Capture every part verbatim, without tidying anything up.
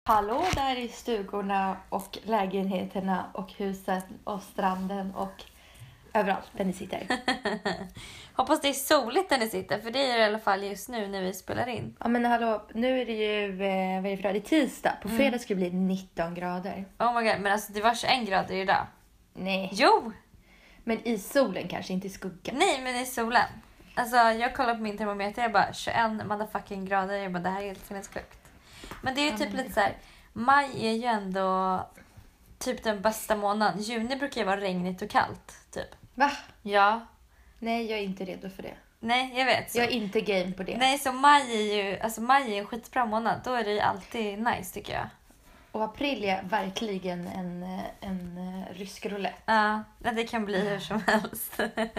Hallå där i stugorna och lägenheterna och huset och stranden och överallt där ni sitter. Hoppas det är soligt där ni sitter, för det är det i alla fall just nu när vi spelar in. Ja men hallå, nu är det ju, eh, vad är det för dag? Det är tisdag. På fredag mm. ska det bli nitton grader. Oh my god, men alltså det var tjugoen grader idag. Nej. Jo! Men i solen kanske, inte i skuggan. Nej, men i solen. Alltså jag kollar på min termometer, jag bara tjugoen motherfucking grader. Jag bara, det här är helt sinnessjukt. Men det är ju typ lite så här. Maj är ju ändå typ den bästa månaden. Juni brukar ju vara regnigt och kallt, typ. Va? Ja. Nej, jag är inte redo för det. Nej, jag vet. Så. Jag är inte game på det. Nej, så maj är ju, alltså maj är en skitbra månad. Då är det ju alltid nice, tycker jag. Och april är verkligen en, en, en rysk roulette. Ja, det kan bli hur som helst.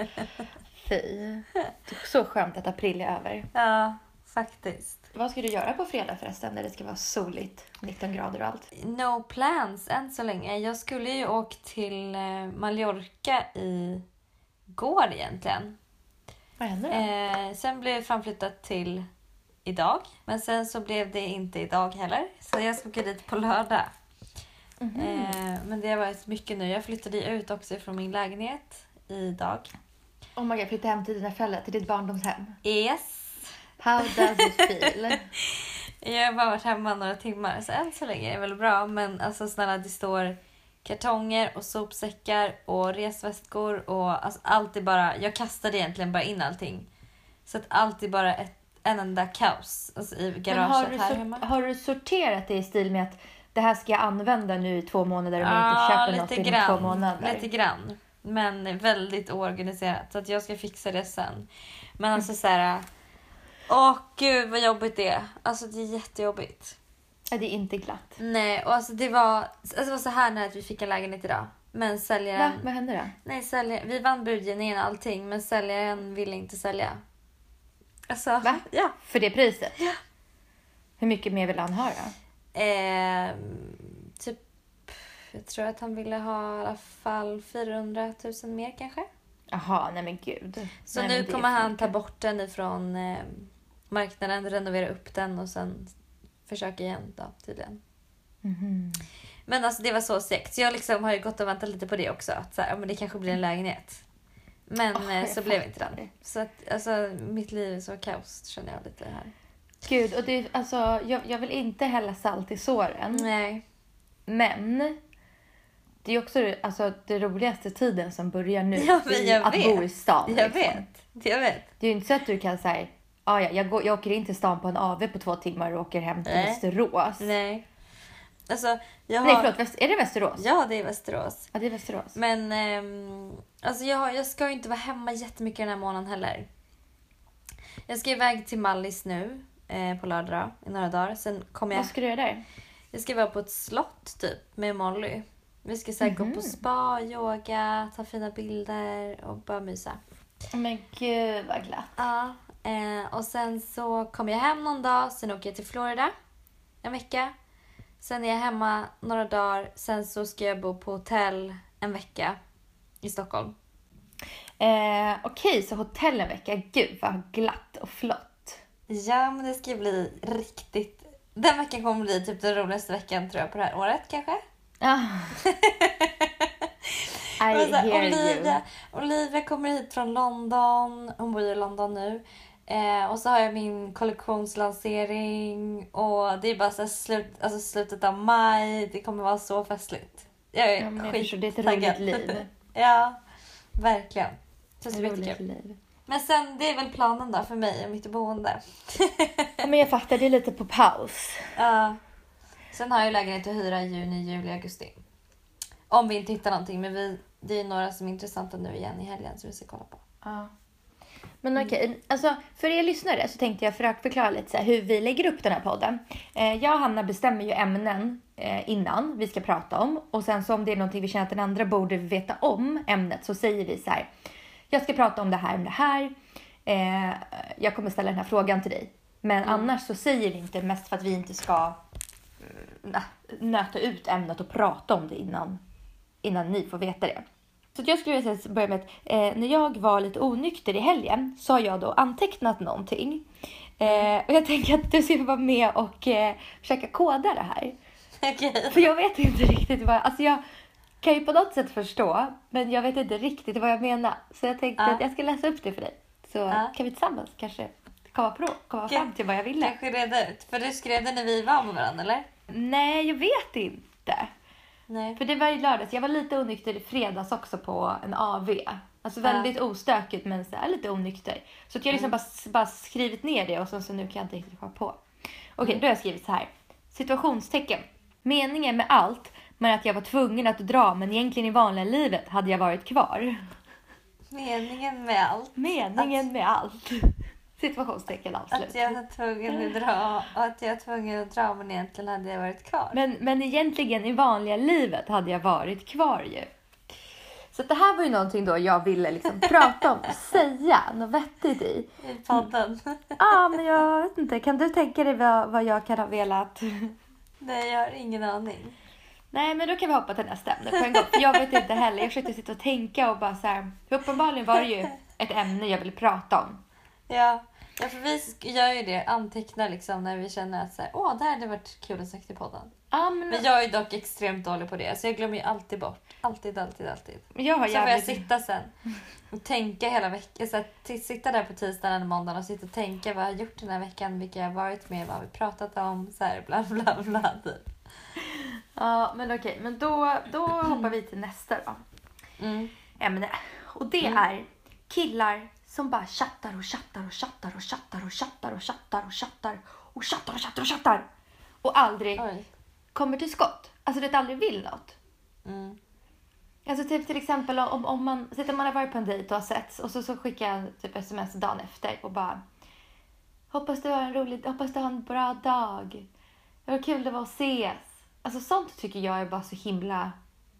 Fy. Det är så skönt att april är över. Ja, faktiskt. Vad ska du göra på fredag förresten när det ska vara soligt, nitton grader och allt? No plans än så länge. Jag skulle ju åka till Mallorca i går egentligen. Vad hände då? Eh, sen blev det framflyttat till idag. Men sen så blev det inte idag heller. Så jag ska åka dit på lördag. Mm-hmm. Eh, men det har varit mycket nu. Jag flyttade ut också från min lägenhet idag. Oh my god, flytta hem till dina föräldrar, till ditt barndomshem. Yes. How does it feel? Jag har bara varit hemma några timmar. Så än så länge är det väl bra. Men alltså snälla, det står kartonger och sopsäckar och resväskor. Och alltså allt är bara... Jag kastade egentligen bara in allting. Så att allt är bara ett, en enda kaos. Alltså i garaget har du här sort- hemma. Har du sorterat det i stil med att det här ska jag använda nu i två månader och ja, inte köpa något i två månader? Lite grann. Men väldigt oorganiserat. Så att jag ska fixa det sen. Men alltså så här... Åh gud vad jobbigt det är. Alltså det är jättejobbigt. Ja, det är inte glatt. Nej, och alltså det var, alltså det var så här när vi fick en lägenhet idag. Men säljaren... Va? Vad hände då? Nej, säljaren, vi vann budgivningen och allting. Men säljaren ville inte sälja. Alltså, va? Ja. För det priset? Ja. Hur mycket mer vill han ha då? Eh, typ, jag tror att han ville ha i alla fall fyrahundratusen mer kanske. Jaha, nej men gud. Så nej, nu kommer han ta bort den ifrån eh, marknaden, renovera upp den och sen försöka igen då tydligen. Mm-hmm. Men alltså det var så segt. Så jag liksom har ju gått och väntat lite på det också. Att så här, ja, men det kanske blir en lägenhet. Men oh, så blev inte den. Det. Så att alltså mitt liv är så kaos, känner jag lite här. Gud, och det, alltså, jag, jag vill inte hälla salt i såren. Nej. Men det är också alltså, det roligaste tiden som börjar nu. Ja, men jag att vet. bo i stan. Jag liksom. vet. Jag vet. Det är ju inte så att du kan säga, ah, ja, jag, går, jag åker in till stan på en A V på två timmar och åker hem till Nej. Västerås. Nej. Alltså, jag har... Nej, förlåt. Väst... Är det Västerås? Ja, det är Västerås. Ja, det är Västerås. Men ehm, alltså jag, har, jag ska ju inte vara hemma jättemycket den här månaden heller. Jag ska iväg till Mallis nu eh, på lördag i några dagar. Sen kommer jag... Vad ska du göra där? Jag ska vara på ett slott typ med Molly. Vi ska så här, mm-hmm. gå på spa, yoga, ta fina bilder och bara mysa. Men gud vad glatt. Ja, eh, och sen så kommer jag hem någon dag. Sen åker jag till Florida en vecka. Sen är jag hemma några dagar. Sen så ska jag bo på hotell en vecka i Stockholm. Eh, Okej, okay, så hotell en vecka. Gud vad glatt och flott. Ja, men det ska bli riktigt... Den veckan kommer bli typ den roligaste veckan tror jag på det här året kanske. Ah. I här, hear Olivia, you. Olivia kommer hit från London. Hon bor i London nu. Eh, och så har jag min kollektionslansering. Och det är bara så här slut, alltså slutet av maj. Det kommer vara så festligt. Jag är ja, skit det är ett roligt liv. Ja, verkligen. Så det är roligt liv. Men sen, det är väl planen då för mig och mitt boende. Ja, men jag fattar, det är lite på paus. Ja. Sen har jag lägenhet att hyra i juni, juli, augusti. Om vi inte hittar någonting. Men vi, det är några som är intressanta nu igen i helgen som vi ska kolla på. Ja. Men okej, okay. Alltså för er lyssnare så tänkte jag försöka förklara lite så här hur vi lägger upp den här podden. Eh, jag och Hanna bestämmer ju ämnen eh, innan vi ska prata om. Och sen så om det är någonting vi känner att den andra borde veta om ämnet så säger vi så här. Jag ska prata om det här, om det här. Eh, jag kommer ställa den här frågan till dig. Men mm. annars så säger vi inte, mest för att vi inte ska äh, nöta ut ämnet och prata om det innan, innan ni får veta det. Så jag skulle vilja börja med att eh, när jag var lite onykter i helgen så har jag då antecknat någonting. Eh, och jag tänker att du ska vara med och eh, försöka koda det här. Okej. För jag vet inte riktigt vad... Alltså jag kan ju på något sätt förstå. Men jag vet inte riktigt vad jag menar. Så jag tänkte Ja. att jag ska läsa upp det för dig. Så Ja. kan vi tillsammans kanske komma, på, komma Okej. fram till vad jag ville. Kanske reda ut. För du skrev det när vi var med varandra, eller? Nej, jag vet inte. Nej. För det var i lördags. Jag var lite onykter i fredags också på en A V. Alltså väldigt Ja. ostökigt men så här lite onykter. Så att jag liksom Mm. bara, bara skrivit ner det och så, så nu kan jag inte riktigt komma på. Okej, Mm. då har jag skrivit så här. Situationstecken. Meningen med allt men att jag var tvungen att dra men egentligen i vanliga livet hade jag varit kvar. Meningen med allt. Meningen Att- med allt. Situationstecken avslut. Att jag var tvungen att dra och att jag var tvungen att dra men egentligen hade jag varit kvar. Men, men egentligen i vanliga livet hade jag varit kvar ju. Så att det här var ju någonting då jag ville liksom prata om och säga något vettigt i. I podden. Ja, ah, men jag vet inte. Kan du tänka dig vad, vad jag kan ha velat? Nej, jag har ingen aning. Nej, men då kan vi hoppa till nästa ämne på en gång. För jag vet inte heller. Jag försökte sitta och tänka och bara så här. För uppenbarligen var det ju ett ämne jag ville prata om. Ja, ja för vi sk- gör ju det, antecknar liksom när vi känner att så här, åh, det här hade varit kul att sagt i podden. Ja, men, Men jag är dock extremt dålig på det, så jag glömmer ju alltid bort. Alltid, alltid, alltid. jag har Så får jag jävligt... sitta sen och tänka hela veckan. Så att t- sitta där på tisdagen eller måndagen och sitta och tänka vad jag har gjort den här veckan, vilka jag har varit med, vad har vi pratat om, så här bla bla bla. Typ. Ja, men okej. Men då, då hoppar vi till nästa då. Mm. Ämne. Och det Mm. är killar som bara chattar och chattar och chattar och chattar och chattar och chattar och chattar och chattar och chattar och chattar. Och aldrig Oj. kommer till skott. Alltså det aldrig vill något. Mm. Alltså typ till exempel om, om man, säg att man har varit på en dejt och har setts och så, så skickar jag typ sms dagen efter och bara hoppas du har en rolig, hoppas du har en bra dag. Det var kul det var att ses. Alltså sånt tycker jag är bara så himla,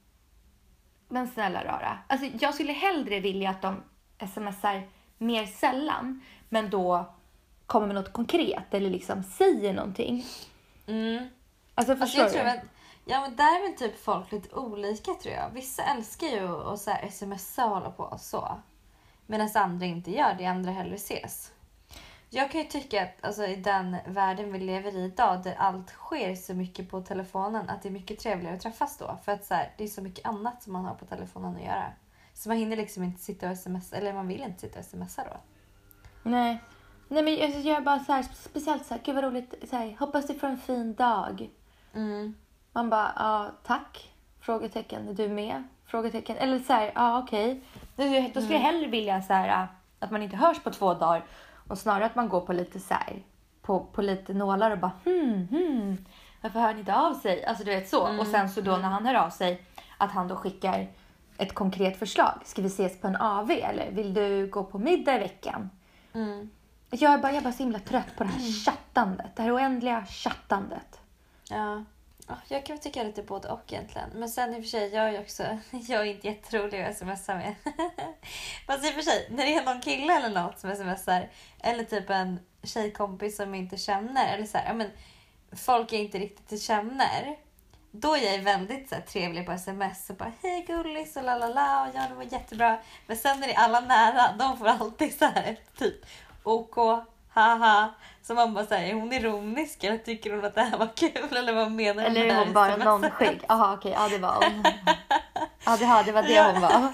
men snälla rara. Alltså jag skulle hellre vilja att de smsar mer sällan men då kommer med något konkret eller liksom säger någonting. Mm. Alltså Alltså förstår jag tror du? att, ja men där är väl typ folk lite olika tror jag. Vissa älskar ju att så här smsa och hålla på och så. Medan andra inte gör det, andra hellre ses. Jag kan ju tycka att alltså, i den världen vi lever i idag där allt sker så mycket på telefonen att det är mycket trevligare att träffas då. För att så här, det är så mycket annat som man har på telefonen att göra. Så man hinner liksom inte sitta och smsa, eller man vill inte sitta och smsa då. Nej. Nej men jag gör bara så här, speciellt så här, gud vad roligt, så här, hoppas du får en fin dag. Mm. Man bara, ja tack, frågetecken, är du med? Frågetecken, eller så här, ja okej. Då, då skulle jag hellre vilja så här, att man inte hörs på två dagar och snarare att man går på lite så här, på, på lite nålar och bara, hmm, hmm, varför hör ni inte av sig? Alltså du vet så. Mm. Och sen så då när han hör av sig, att han då skickar ett konkret förslag. Ska vi ses på en A V eller vill du gå på middag i veckan? Mm. Jag är, bara, jag är bara så himla trött på det här chattandet. Det här oändliga chattandet. Ja. Ja, jag kan väl tycka lite både och egentligen. Men sen i och för sig, jag är ju också, jag är inte jätterolig att smsa med. Fast i och för sig, när det är någon kille eller något som smsar, eller typ en tjejkompis som jag inte känner, eller så här, ja men folk jag inte riktigt känner, då är jag väldigt så här, trevlig på sms och bara hej gullis och lalala och ja det var jättebra. Men sen när det är alla nära, de får alltid så här typ OK, haha. Så man bara säger, är hon ironisk eller tycker hon att det här var kul eller vad menar hon Eller är här hon bara i någon smset? skygg? Jaha okej, ja det var hon. Ja det, ja, det var det Ja. hon var.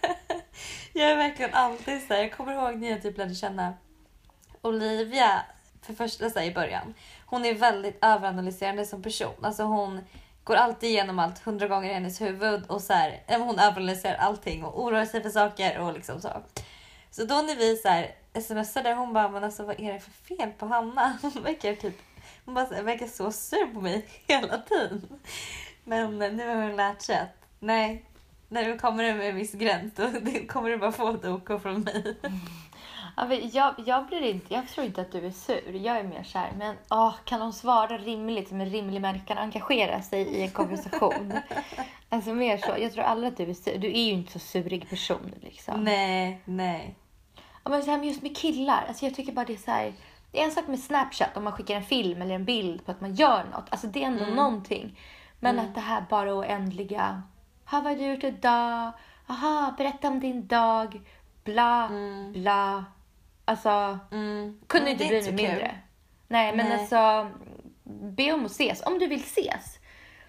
Jag är verkligen alltid så här, jag kommer ihåg när jag typ lärde känna Olivia för första så här, i början. Hon är väldigt överanalyserande som person. Alltså hon går alltid igenom allt hundra gånger i hennes huvud och så här, hon överanalyserar allting och oroar sig för saker och liksom så. Så då när vi så här smsade, hon bara, men alltså vad är det för fel på Hanna? Hon verkar typ, hon bara så här, verkar så sur på mig hela tiden. Men nu har hon lärt sig att nej, när du kommer med en viss gräns då kommer du bara få ett OK från mig. Ja, men jag, jag, blir inte, jag tror inte att du är sur. Jag är mer kär. Men åh, kan hon svara rimligt som en rimlig människa? Kan engagera sig i en konversation? Alltså mer så. Jag tror aldrig att du är sur. Du är ju inte så surig person liksom. Nej, nej. Ja, men så här, just med killar. Alltså jag tycker bara det är så här. Det är en sak med Snapchat om man skickar en film eller en bild på att man gör något. Alltså det är ändå Mm. någonting. Men Mm. att det här bara oändliga. Ha, vad har du gjort idag? Aha, berätta om din dag. Bla, Mm. bla. Alltså, Mm. kunde Men inte det är bry inte mig så mindre. kul. Nej, men Nej. alltså, be om att ses. Om du vill ses.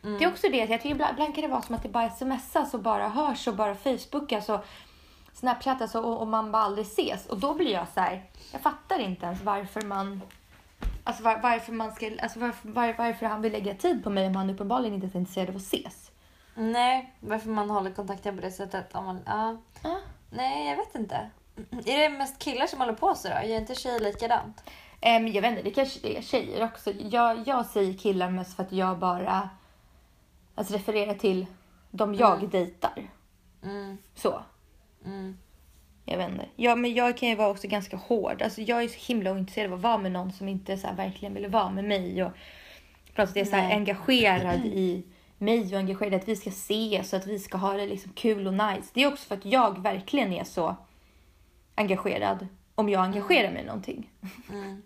Mm. Det är också det, jag tycker ibland, ibland kan det vara som att det bara smsas och bara hörs och bara facebookas och snapchattas och, och man bara aldrig ses. Och då blir jag så här, jag fattar inte ens varför man, alltså var, varför man ska, alltså varför, var, varför han vill lägga tid på mig om han uppenbarligen inte är intresserad av att ses. Nej, varför man håller kontakten på det sättet. Om man, ja. Ah. Nej, jag vet inte. Är det mest killar som håller på så då? Gör inte tjejer likadant? Um, jag vet inte, det kanske är tjejer också. Jag, jag säger killar mest för att jag bara alltså, refererar till de jag Mm. dejtar. Mm. Så. Mm. Jag vet inte. Ja, men jag kan ju vara också ganska hård. Alltså, jag är så himla ointresserad av att vara med någon som inte så här, verkligen vill vara med mig. Och plötsligt är så här, Nej. engagerad i mig och engagerad i att vi ska ses och att vi ska ha det liksom kul och nice. Det är också för att jag verkligen är så engagerad om jag engagerar mig i någonting. Mm.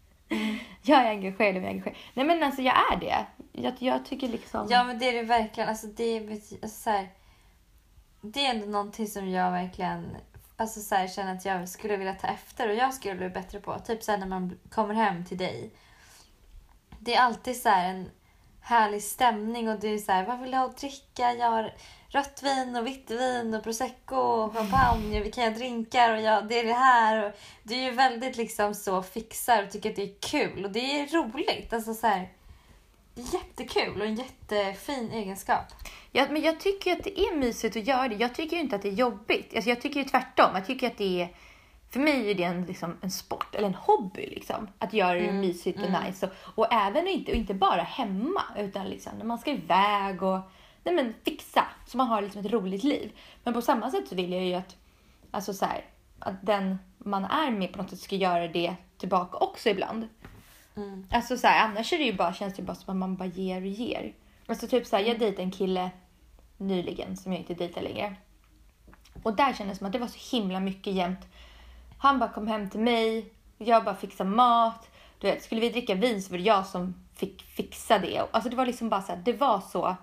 Jag är engagerad om jag är engagerad. Nej, men alltså jag är det. Jag, jag tycker liksom... Ja, men det är det verkligen. Alltså, det, är, alltså, så här, det är ändå någonting som jag verkligen alltså, så här, känner att jag skulle vilja ta efter. Och jag skulle bli bättre på. Typ så här, när man kommer hem till dig. Det är alltid så här en härlig stämning. Och det är så här, vad vill du ha att dricka? Jag har rött vin och vitt vin och prosecco och champagne. Och vi kan göra drinkar och jag, det är det här. Och du är ju väldigt liksom så fixar och tycker att det är kul. Och det är roligt. Alltså så här, jättekul och en jättefin egenskap. Ja, men jag tycker att det är mysigt att göra det. Jag tycker inte att det är jobbigt. Alltså, jag tycker ju tvärtom. Jag tycker att det är... För mig är det en, liksom, en sport eller en hobby. Liksom, att göra det Mm, mysigt och mm. nice. Och, och även inte, och inte bara hemma. Utan liksom, när man ska iväg och nej, men, fixa. Så man har liksom ett roligt liv. Men på samma sätt så vill jag ju att, alltså, så här, att den man är med på något sätt ska göra det tillbaka också ibland. Mm. Alltså så här, annars är det ju bara, känns det bara som att man bara ger och ger. Alltså typ så här, jag dejtade en kille nyligen som jag inte dejtar längre. Och där kändes det som att det var så himla mycket jämt. Han bara kom hem till mig, jag bara fixade mat. Du vet, skulle vi dricka vin så var det jag som fick fixa det. Alltså det var liksom bara så här, det var så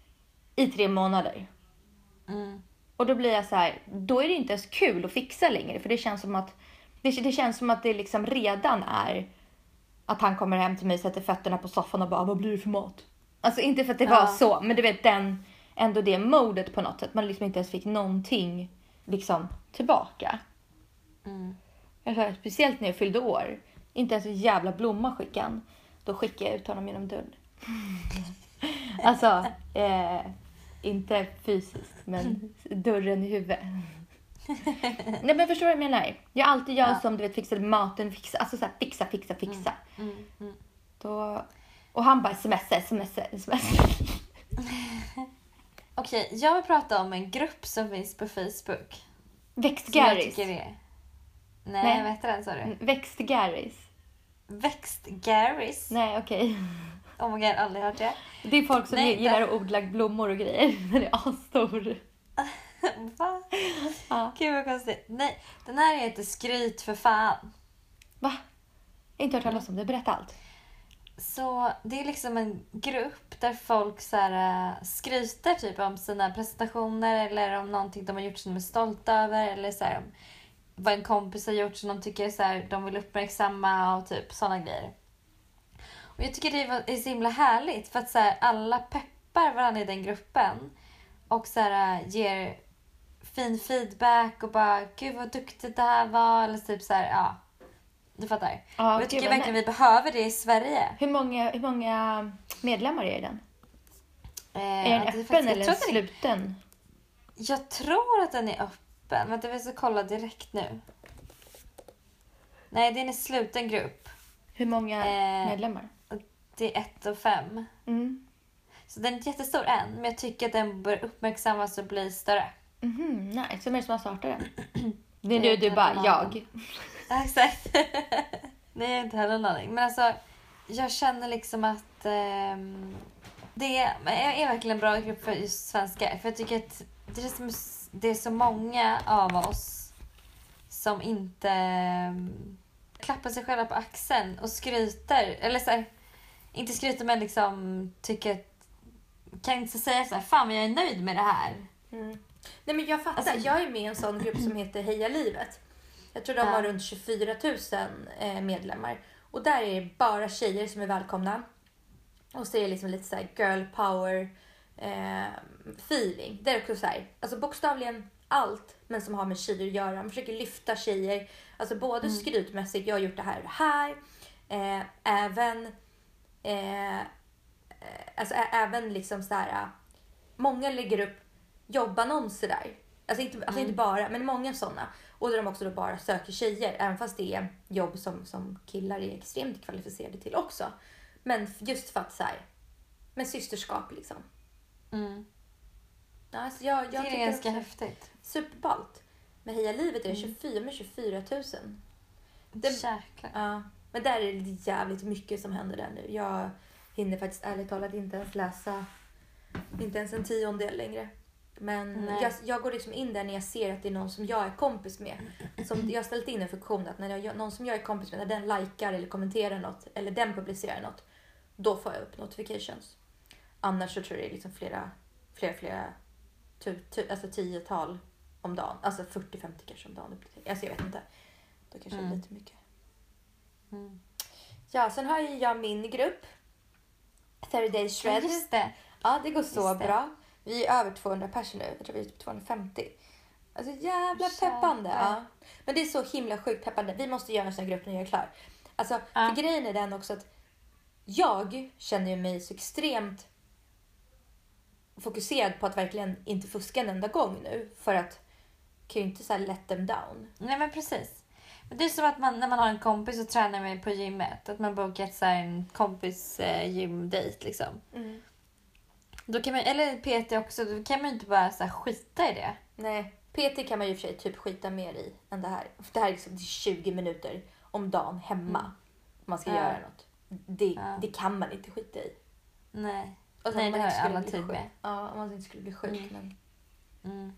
i tre månader. Mm. Och då blir jag så här, då är det inte ens kul att fixa längre. För det känns som att det, det känns som att det liksom redan är att han kommer hem till mig, sätter fötterna på soffan och bara, vad blir det för mat? Alltså inte för att det Ja. var så, men du vet den, ändå det modet på något sätt. Man liksom inte ens fick någonting liksom tillbaka. Mm. Alltså, speciellt när jag fyllde år. Inte ens en jävla blomma skickade han. Då skickade jag ut honom genom dörren. Alltså, eh, inte fysiskt, men dörren i huvudet. Nej, men förstår du vad jag menar? Jag alltid gör Ja. som du vet, fixade maten, fixa, alltså så här, fixa, fixa, fixa. Mm. Mm. Då, och han bara smsar, smsar, smsar. Okej, jag vill prata om en grupp som finns på Facebook. Som jag Växtgaris. tycker är... Nej, Nej. vad heter den sa du? Växtgaris. Växtgaris. Nej, okej. Oh my god, aldrig hört det. Det är folk som Nej, gillar det- att odla blommor och grejer. Den är asstor. Va? Ja. Gud vad konstigt. Nej, den här heter Skryt för fan. Va? Jag har inte hört talas om det. Berätta allt. Så det är liksom en grupp där folk så här, äh, skryter typ om sina prestationer eller om någonting de har gjort som de är stolta över eller så här, om vad en kompis har gjort som de tycker så här, de vill uppmärksamma och typ sådana grejer. Och jag tycker det var- är så himla härligt för att så här, alla peppar varandra i den gruppen och så här, äh, ger fin feedback och bara gud vad duktigt det här var eller typ så här, ja. Du fattar. Ja, och jag gud, tycker vad verkligen vi behöver det i Sverige. Hur många, hur många medlemmar är den? Eh, Är den det är öppen faktiskt- jag eller tror att den är- sluten? Jag tror att den är öppen. Vänta, vi ska kolla direkt nu. Nej, det är en sluten grupp. Hur många Eh. medlemmar? Det är ett och fem. Mm. Så den är inte jättestor än, men jag tycker att den bör uppmärksammas och bli större. Mhm, nej, så är det som har startat den? Det är Det är du, du inte bara, någon jag. Ja, exakt. Nej, jag har inte heller en aning. Men alltså, jag känner liksom att ehm, det är, är verkligen en bra grupp för just svenskar. För jag tycker att det är, som, det är så många av oss som inte ehm, klappar sig själva på axeln och skryter. Eller så här, inte skryter men liksom tycker att, kan inte säga så här, fan jag är nöjd med det här. Mm. Nej, men jag fattar. Alltså- jag är med i en sån grupp som heter Heja livet. Jag tror de Ja. har runt tjugofyra tusen eh, medlemmar. Och där är det bara tjejer som är välkomna. Och så är det liksom lite så här girl power eh, feeling. Det är också så här, alltså bokstavligen allt men som har med tjejer att göra. Man försöker lyfta tjejer. Alltså både mm. skrytmässigt, jag har gjort det här och det här. Eh, även eh, alltså ä- även liksom så här, många lägger upp jobbannonser där. Alltså inte, alltså Mm. inte bara, men många sådana. Och där de också då bara söker tjejer. Även fast det är jobb som, som killar är extremt kvalificerade till också. Men just för att så här, med systerskap liksom. Mm. Ja, alltså jag, jag Det är tycker ganska också häftigt. superballt. Med Heja Livet är det Mm. tjugofyra med tjugofyra tusen. Det... Jäklar. Ja, men där är det jävligt mycket som händer där nu. Jag hinner faktiskt ärligt talat inte ens läsa, inte ens en tiondel längre. Men jag, jag går liksom in där när jag ser att det är någon som jag är kompis med. Som, jag har ställt in en funktion att när jag, någon som jag är kompis med, när den likar eller kommenterar något, eller den publicerar något, då får jag upp notifications. Annars så tror jag det är liksom flera, flera, flera, tu, tu, alltså tiotal om dagen. Alltså fyrtio femtio kanske om dagen. Alltså jag vet inte. Då kanske Mm. det är lite mycket. Mm. Ja, sen har ju jag min grupp. thirty days shred. Ja, just det. Ja, det går så Just det. bra. Vi är över tvåhundra personer nu. Jag tror vi är typ tvåhundrafemtio. Alltså jävla Jävlar. peppande. Ja. Men det är så himla sjukt peppande. Vi måste göra en sån här grupp när jag är klar. Alltså, Ja. för grejen är den också att jag känner ju mig så extremt fokuserad på att verkligen inte fuska en enda gång nu. För att jag kan ju inte så här let them down. Nej men precis. Men det är som att man, när man har en kompis och tränar med på gymmet. Att man bokar ett så här en kompis eh, gymdate liksom. Mm. Då kan man, eller P T också, då kan man ju inte bara så här skita i det. Nej, P T kan man ju för sig typ skita mer i än det här. För det här är liksom tjugo minuter om dagen hemma. Mm. Om man ska Ja. göra något. Det, Ja. det kan man inte skita i. Nej. Och Nej, om det man har inte skulle alla bli tid sjuk. med. Ja, om man inte skulle bli sjuk. Mm. Men... Mm.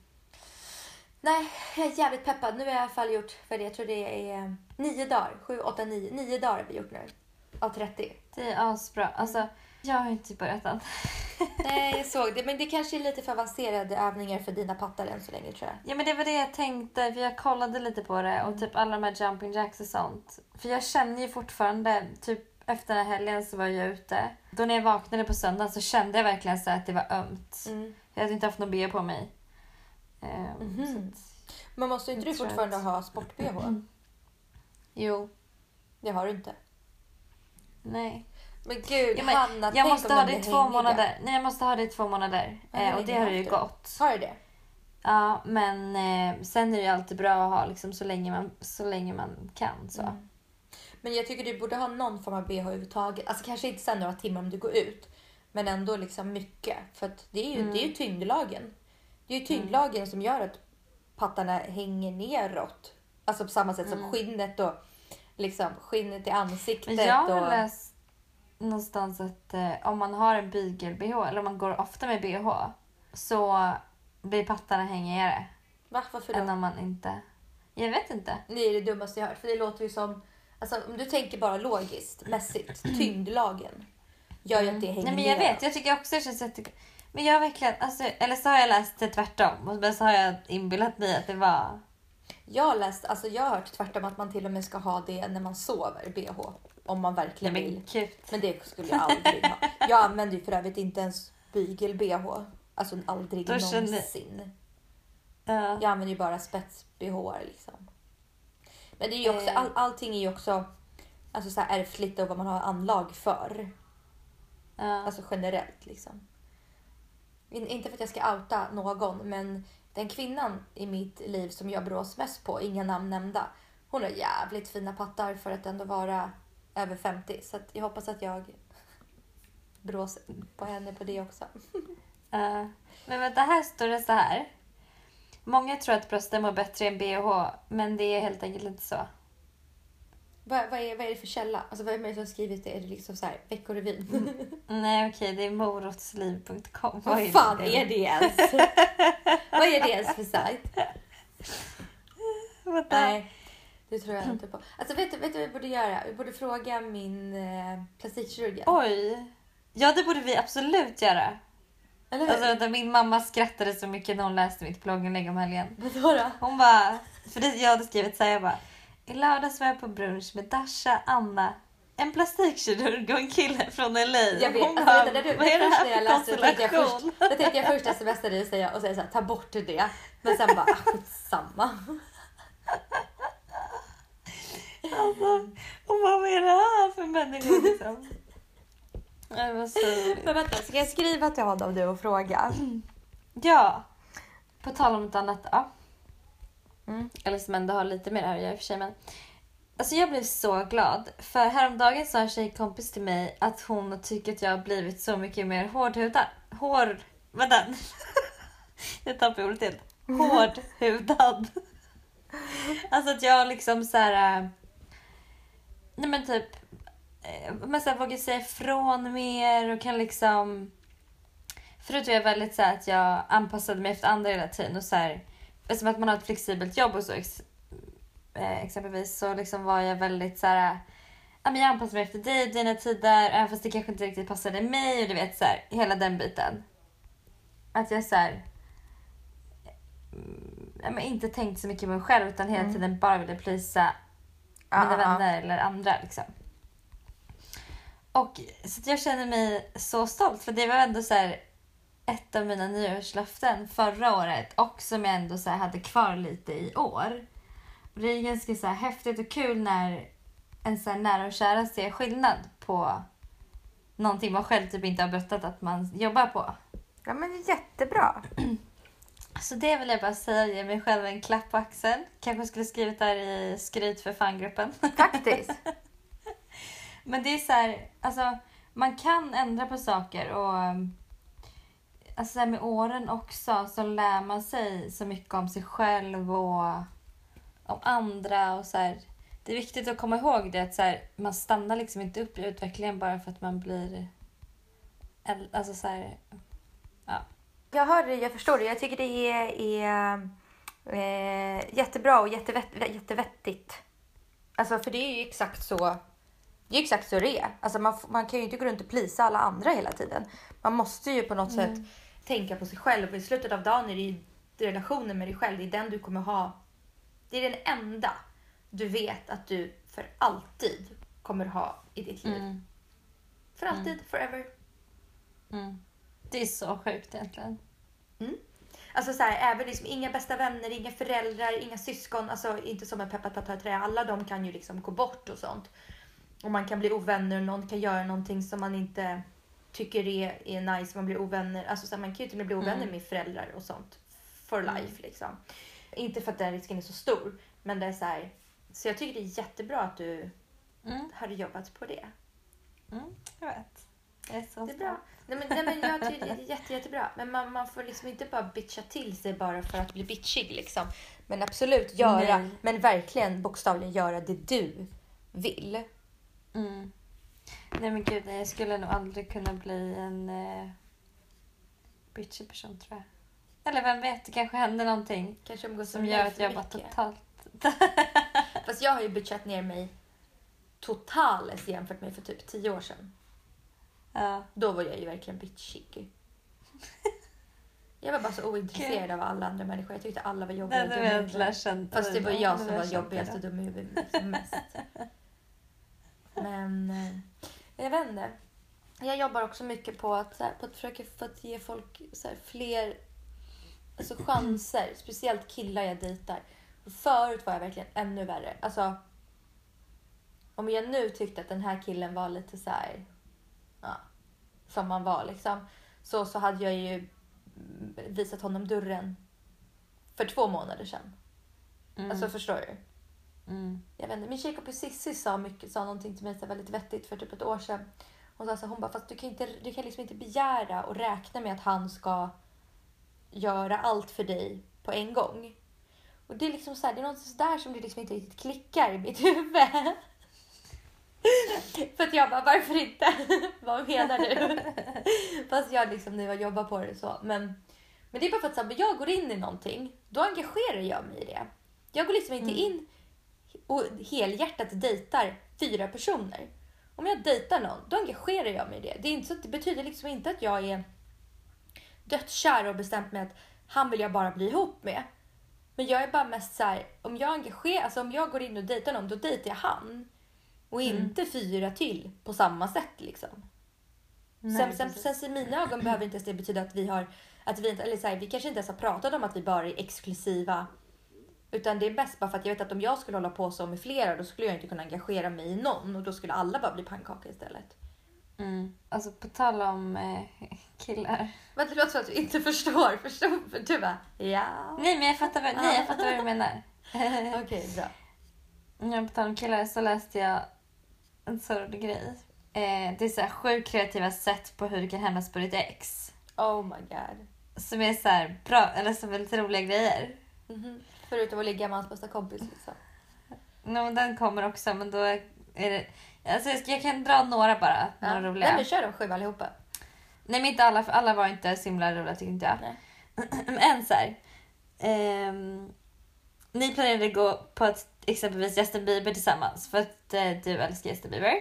Nej, jag är jävligt peppad. Nu har jag i alla fall gjort, för det, jag tror det är nio dagar. Sju, åtta, nio. Nio dagar har vi gjort nu. Av trettio. Det är asbra. Alltså, jag har ju inte börjat än. Nej, jag såg det. Men det kanske är lite för avancerade övningar för dina pattar än så länge, tror jag. Ja men det var det jag tänkte, för jag kollade lite på det och typ alla de här jumping jacks och sånt. För jag känner ju fortfarande, typ efter den här helgen så var jag ute. Då när jag vaknade på söndag så kände jag verkligen så att det var ömt. Mm. Jag hade inte haft någon B på mig. Ehm, Mhm. så att, Men måste inte Jag du tror fortfarande att- ha sport-B H? jo, Det har du inte. nej. Men gud, Ja, men Hanna, Jag tänk måste om ha de det i blir två hängiga. månader. Nej, jag måste ha det i två månader. Ja, hur Eh, och det länge har har det ju du haft gått. Har du det? Ja, men eh, sen är det ju alltid bra att ha liksom, så, länge man, så länge man kan. Så. Mm. Men jag tycker du borde ha någon form av B H överhuvudtaget. Alltså kanske inte sen några timmar om du går ut. Men ändå liksom mycket. För att det är ju, Mm. det är ju tyngdlagen. Det är ju tyngdlagen som gör att pattarna hänger neråt. Alltså på samma sätt som Mm. skinnet och liksom skinnet i ansiktet. Men jag har och... läst någonstans att eh, om man har en bygel-B H eller om man går ofta med B H så blir pattarna hängigare Va? Varför än då? om man inte... Jag vet inte. Det är det dummaste jag hört. För det låter ju som... Alltså om du tänker bara logiskt, mässigt. Tyngdlagen gör ju att det hänger Nej men jag neråt. vet, jag tycker också det känns jättekul. Men jag har verkligen, alltså, eller så har jag läst det tvärtom och men så har jag inbillat mig att det var... Jag har läst, alltså jag har hört tvärtom att man till och med ska ha det när man sover, B H. Om man verkligen Nej vill. men gud. Men det skulle jag aldrig ha. Jag använder ju för övrigt inte ens bygel-B H. Alltså aldrig Då känner- någonsin. Ja. Jag använder ju bara spets-B H liksom. Men det är ju också, Eh. all, allting är ju också alltså så här ärftligt och vad man har anlag för. Ja. Alltså generellt liksom. In, inte för att jag ska outa någon, men den kvinnan i mitt liv som jag brås mest på, inga namn nämnda. Hon har jävligt fina pattar för att ändå vara över femtio. Så att jag hoppas att jag brås på henne på det också. Ja. Men vänta, här står det så här. Många tror att brösten mår bättre än B H, men det är helt enkelt inte så. Vad, vad, är, vad är det för källa? Alltså vad är det som har skrivit det? Är det liksom så här Veckorevyn? Nej okej, det är morotsliv punkt com. Vad fan är det ens? Vad är det ens för sajt? Vänta. Nej, det tror jag inte på. Alltså vet du, vet du vad vi borde göra? Vi borde fråga min eh, plastikkirurgen. Oj. Ja, det borde vi absolut göra. Eller hur? Alltså, vänta, min mamma skrattade så mycket när hon läste mitt blogginlägg om helgen. Vadå då? Hon bara, för det, jag hade skrivit så här, jag bara, i lördags var jag på brunch med Dasha, Anna, en plastikkirurg och en kille från L A. Jag vet, Hon alltså, bara, vet du, det, vad är det först här när jag för läste det tänkte jag först, konstellation? det tänkte jag första semestern i att säga och säga så här, ta bort det. Men sen bara, ah, skitsamma. Alltså, och vad är det här för människor liksom? Det var så roligt. Men vänta, ska jag skriva till honom nu och fråga? Ja, på tal om ett annat då. Mm. Eller som ändå har lite mer här att göra i och för sig. Men... Alltså jag blev så glad. För häromdagen sa en tjejkompis till mig att hon tycker att jag har blivit så mycket mer hårdhudad. Hår... Vänta. Jag tappade ordet helt. Hårdhudad. Alltså att jag liksom så här... äh, Nej men typ... äh, Men så här, vågar säga ifrån mer och kan liksom... Förut var jag väldigt så här att jag anpassade mig efter andra hela tiden. Och så här... Eftersom att man har ett flexibelt jobb och så ex, eh, exempelvis så liksom var jag väldigt så här, ja men jag anpassar mig efter dig, dina tider, även fast det kanske inte riktigt passade mig och du vet så här, hela den biten. Att jag så här, mm, ja, men inte tänkt så mycket på mig själv utan hela Mm. tiden bara ville plisa Ja, mina ja, ja. vänner eller andra liksom. Och så att jag känner mig så stolt för det var ändå så här ett av mina nyårslöften förra året och som jag ändå så här hade kvar lite i år. Och det är ganska så här häftigt och kul när en så här nära och kära ser skillnad på någonting man själv typ inte har berättat att man jobbar på. Ja men det är jättebra. Så det vill jag bara säga, ge mig själv en klapp på axeln. Kanske skulle skrivit där i skryt för fangruppen. Faktiskt. Men det är så här, alltså man kan ändra på saker och alltså så här med åren också så lär man sig så mycket om sig själv och om andra och så här. Det är viktigt att komma ihåg det att så här, man stannar liksom inte upp i utvecklingen bara för att man blir äl- alltså så här, ja. Jag hör det, jag förstår det. Jag tycker det är, är eh, jättebra och jättevett, jättevettigt. Alltså för det är ju exakt så det är exakt så det är. Alltså man, man kan ju inte gå runt och plisa alla andra hela tiden. Man måste ju på något Mm. sätt tänka på sig själv. Och i slutet av dagen är det ju relationen med dig själv. Det är den du kommer ha. Det är den enda du vet att du för alltid kommer ha i ditt liv. Mm. För alltid, forever. Mm. Det är så sjukt egentligen. Alltså så här, även liksom inga bästa vänner, inga föräldrar, inga syskon. Alltså inte som en peppat på trä. Alla de kan ju liksom gå bort och sånt. Och man kan bli ovänner och någon kan göra någonting som man inte tycker är, är nice. Man blir ovänner. Alltså så här, man kan ju inte bli ovänner Mm. med föräldrar och sånt. For life Mm. liksom. Inte för att den risken är så stor. Men det är så här. Så jag tycker det är jättebra att du Mm. har jobbat på det. Mm. Jag vet. Jag är så Det är bra. Nej men, nej, men jag tycker det är jätte, jättebra. Men man, man får liksom inte bara bitcha till sig bara för att bli bitchig liksom. Men absolut göra, Nej. men verkligen bokstavligen göra det du vill. Mm. Nej men gud, nej, jag skulle nog aldrig kunna bli en eh, bitchig person tror jag. Eller vem vet, det kanske händer någonting Kanske umgås som med gör mig att för jag bara mycket. totalt... Fast jag har ju bitchat ner mig totalt jämfört med för typ tio år sedan. Ja. Då var jag ju verkligen bitchig. Jag var bara så ointresserad av alla andra människor. Jag tyckte alla var jobbiga Nej, och det dumma i var huvudet. jag känt. Fast det var jag som var känt jobbigast och det. dum i huvudet liksom mest. Men eh, jag vet inte. Jag jobbar också mycket på att, så här, på att försöka få att ge folk så här, fler alltså, chanser. Speciellt killar jag dejtar. Förut var jag verkligen ännu värre. Alltså, om jag nu tyckte att den här killen var lite så här, ja, som man var liksom. Så, så hade jag ju visat honom dörren för två månader sedan. Mm. Alltså förstår du? Mm. Jag vet inte, min tjejkompis Sissi sa mycket, sa någonting till mig så här väldigt vettigt för typ ett år sedan. Hon sa så här, hon bara, fast du kan, inte, du kan liksom inte begära och räkna med att han ska göra allt för dig på en gång. Och det är liksom så här, det är något där som det liksom inte riktigt klickar i mitt huvud. För att jag bara, varför inte? Vad menar du? Fast jag liksom nu har jobbat på det så. Men, men det är bara för att så här, jag går in i någonting, då engagerar jag mig i det. Jag går liksom inte Mm. in och helhjärtat dejtar fyra personer. Om jag dejtar någon, då engagerar jag mig i det. Det, är inte så, det betyder liksom inte att jag är dödskär och bestämt mig att han vill jag bara bli ihop med. Men jag är bara mest så här, om jag engagerar, alltså om jag går in och dejtar någon, då dejtar jag han. Och inte mm. fyra till på samma sätt liksom. Nej, sen, sen, sen, sen i mina ögon behöver inte ens det betyda att vi har, att vi inte, eller så här, vi kanske inte ens har pratat om att vi bara är exklusiva. Utan det är bäst bara för att jag vet att om jag skulle hålla på så med flera, då skulle jag inte kunna engagera mig i någon. Och då skulle alla bara bli pannkaka istället. Mm. Alltså på tal om eh, killar. Men det låter som att du inte förstår. Förstår du bara, ja. Nej men jag fattar vad, nej, jag fattar vad du menar. Okej, okay, bra. Ja, på tal om killar så läste jag en sån grej. Eh, det är så här sju kreativa sätt på hur du kan hämnas på ditt ex. Oh my god. Som är så här bra, eller som är lite roliga grejer. Mm-hmm. Förutom att ligga med hans bästa kompis liksom. No, men den kommer också, men då är det... Alltså jag, ska, jag kan dra några bara, ja. Några roliga. Nej men kör de sju allihopa. Nej men inte alla, för alla var inte så himla roliga tycker inte jag. Nej. En så här. Um, ni planerade gå på ett, exempelvis Justin Bieber tillsammans för att uh, du älskar Justin Bieber.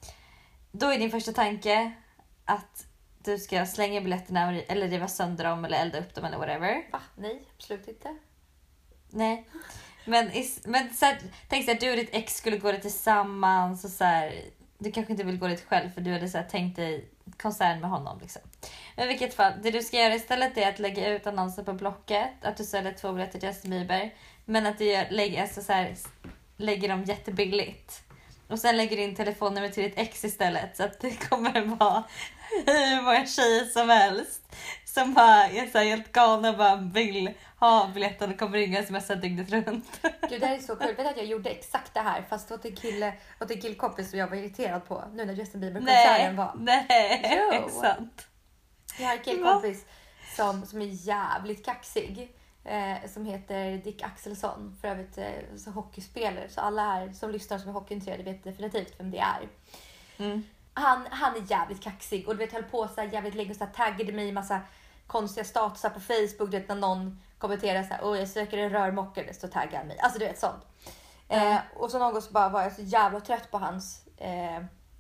Då är din första tanke att du ska slänga biljetterna eller riva sönder dem eller elda upp dem eller whatever. Va? Nej, absolut inte. Nej. Men, is, men så här, tänk så att du och ditt ex skulle gå dit tillsammans och så här, du kanske inte vill gå dit själv för du hade så här, tänkt dig konsert med honom liksom. Men i vilket fall, det du ska göra istället är att lägga ut annonser på Blocket att du säljer två biljetter till Justin Bieber, men att du gör, lägger, alltså så här, lägger dem jättebilligt. Och sen lägger du in telefonnummer till ditt ex istället så att det kommer vara hur många tjejer som helst som bara är så här helt galna och bara vill ha biljetten och kommer ringa smsa dygnet runt. Gud, det här är så kul. Vet att jag gjorde exakt det här fast åt en kille, åt en killkompis som jag var irriterad på nu när Justin Bieber-konserten var. Nej, jo. Sant. Jag har en killkompis som, som är jävligt kaxig. Eh, som heter Dick Axelsson. För övrigt eh, så hockeyspelare. Så alla här som lyssnar som är hockeyintresserade vet definitivt vem det är. Mm. Han, han är jävligt kaxig. Och du vet, höll på så här jävligt länge och så här, taggade mig i massa konstiga statusar på Facebook. Du vet, när någon kommenterar så här: åh, jag söker en rörmokare, så taggar han mig. Alltså du vet, sånt. Mm. Eh, och så någon gång så bara var jag så jävla trött på hans eh,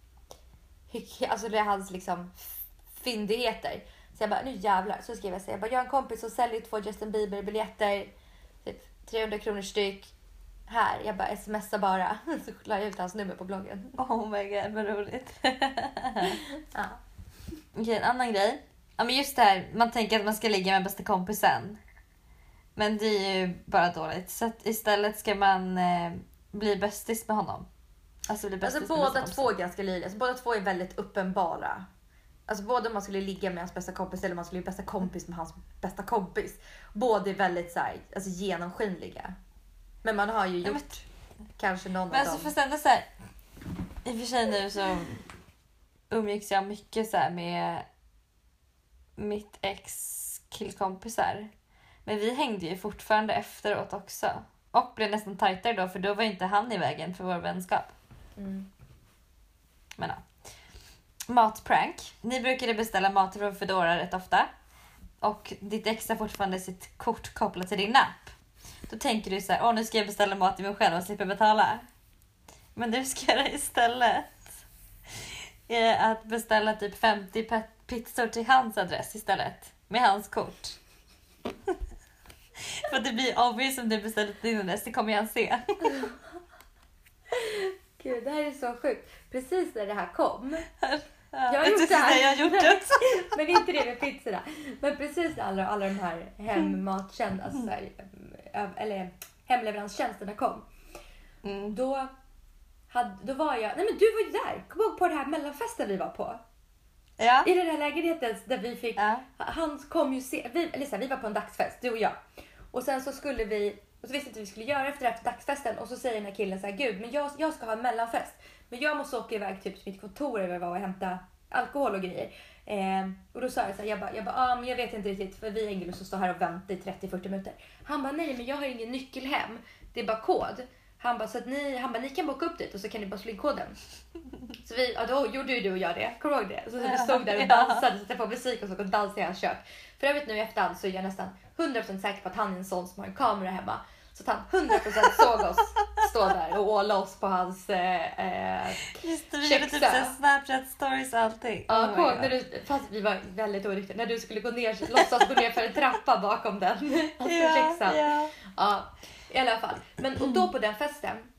hyck, alltså det är hans liksom fyndigheter. Så jag bara, nu jävlar. Så skrev jag så jag bara, jag har en kompis som säljer två Justin Bieber biljetter, typ trehundra kronor styck. Här, jag bara smsar bara. Så la jag ut hans nummer på bloggen. Oh my god, vad roligt. Ja. Okej, en annan grej. Ja, men just det här, man tänker att man ska ligga med bästa kompisen. Men det är ju bara dåligt. Så att istället ska man eh, bli bästis med honom. Alltså, bli alltså båda två är ganska lika. Alltså, båda två är väldigt uppenbara. Alltså både om man skulle ligga med hans bästa kompis eller om man skulle bli bästa kompis med hans bästa kompis. Båda är väldigt så här, alltså, genomskinliga. Men man har ju gjort ja, men, kanske någon men av alltså, dem. Men alltså så här, i och för sig nu så umgicks jag mycket så här med mitt ex killkompisar. Men vi hängde ju fortfarande efteråt också. Och blev nästan tajtare då, för då var inte han i vägen för vår vänskap. Mm. Men ja. Matprank. Ni brukade beställa mat från Foodora rätt ofta. Och ditt ex har fortfarande sitt kort kopplat till din app. Då tänker du så här: åh, nu ska jag beställa mat till mig själv och slippa betala. Men du ska göra istället är att beställa typ femtio pizzor till hans adress istället. Med hans kort. För det blir obvious om du beställer till din adress. Det kommer jag se. Gud, det här är så sjukt. Precis när det här kom. Ja, jag har gjort det här. Jag har gjort det också. Men inte det med pizzorna. Men precis när alla, alla de här hemmattjänsterna, alltså, eller hemleveranstjänsterna kom. Mm. Då, hade, då var jag... Nej men du var ju där. Kom ihåg på det här mellanfesten vi var på. Ja. I den här lägenheten där vi fick... Ja. Han kom ju se... Vi, eller så här, vi var på en dagsfest, du och jag. Och sen så skulle vi... Och så visste inte vi skulle göra efter, efter dagsfesten. Och så säger den här killen så här: gud, men jag, jag ska ha en mellanfest. Men jag måste åka iväg typ till mitt kontor eller vad och hämta alkohol och grejer. Eh, och då sa jag så här, jag bara, jag bara, ah, men jag vet inte riktigt, för vi är så står här och väntar i trettio till fyrtio minuter. Han bara, nej men jag har ingen nyckel hem. Det är bara kod. Han bara, så att ni, han bara, ni kan boka upp dit och så kan ni bara slå in koden. Så vi, ja, då gjorde ju du och jag det. Kommer du ihåg det? Så, så vi stod där och dansade, satte på musik och så och dansade i hans kök. För övrigt nu i efterhand så är jag nästan hundra procent säker på att han är en sån som har en kamera hemma. Så att han hundra procent såg oss stå där och åla oss på hans eh, just det, vi gjorde typ så Snapchat stories och allting. Ja, oh när du, fast vi var väldigt oriktiga. När du skulle gå ner, låtsas gå ner för en trappa bakom den. Alltså, ja, ja. Ja, i alla fall. Men och då på den festen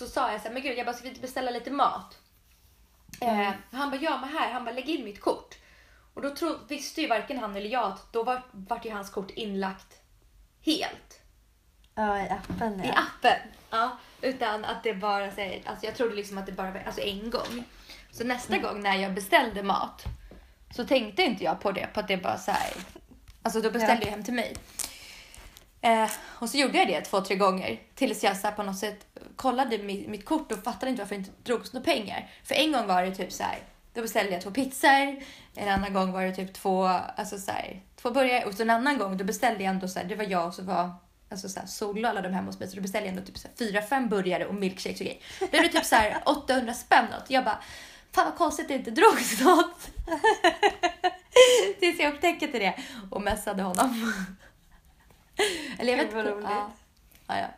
så sa jag så här, men gud jag bara ska vi inte beställa lite mat. Mm. Eh, han bara, ja men här, han bara lägg in mitt kort. Och då tro, visste ju varken han eller jag att då var, var ju hans kort inlagt helt. Ja, i appen ja. I appen, ja. Utan att det bara, så här, alltså jag trodde liksom att det bara var alltså en gång. Så nästa mm. gång när jag beställde mat så tänkte inte jag på det, på att det bara så här, alltså då beställde ja. jag hem till mig. Eh, och så gjorde jag det två, tre gånger. Tills jag så här, på något sätt kollade mitt, mitt kort och fattade inte varför det inte drogs några pengar. För en gång var det typ så här, då beställde jag två pizzor. En annan gång var det typ två, alltså så här, två burgare. Och så en annan gång då beställde jag ändå så här, det var jag och så var alltså så här, Sol och alla de hemma hos mig. Så då beställde jag ändå typ så här, fyra, fem burgare och milkshakes och grejer. Det blev typ så här åttahundra spänn något. Jag bara, fan vad konstigt det inte drogs något. Tills jag upptäckte det och mässade honom. Eller jag vet inte. Ja. Ja, ja.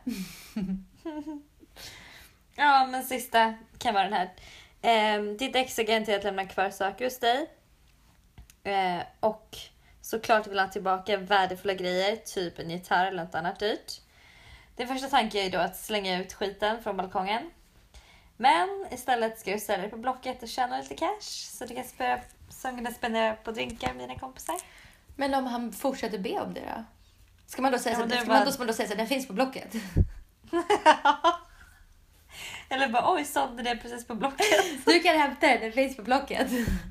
Ja, men sista kan vara den här. Eh, ditt ex är garanterat lämna kvar saker hos dig. Eh, och såklart vill han tillbaka värdefulla grejer, typ en gitarr eller något annat dyrt. Din första tanke är då att slänga ut skiten från balkongen. Men istället ska du ställa dig på Blocket och tjäna lite cash. Så du kan spela sångerna spendera på drinkar med dina kompisar. Men om han fortsätter be om det då? Ska man då säga, ja, så, ska bara... man då, ska man då säga så att den finns på Blocket? Eller bara, oj, sålde det precis på Blocket. Du kan hämta den, den finns på Blocket.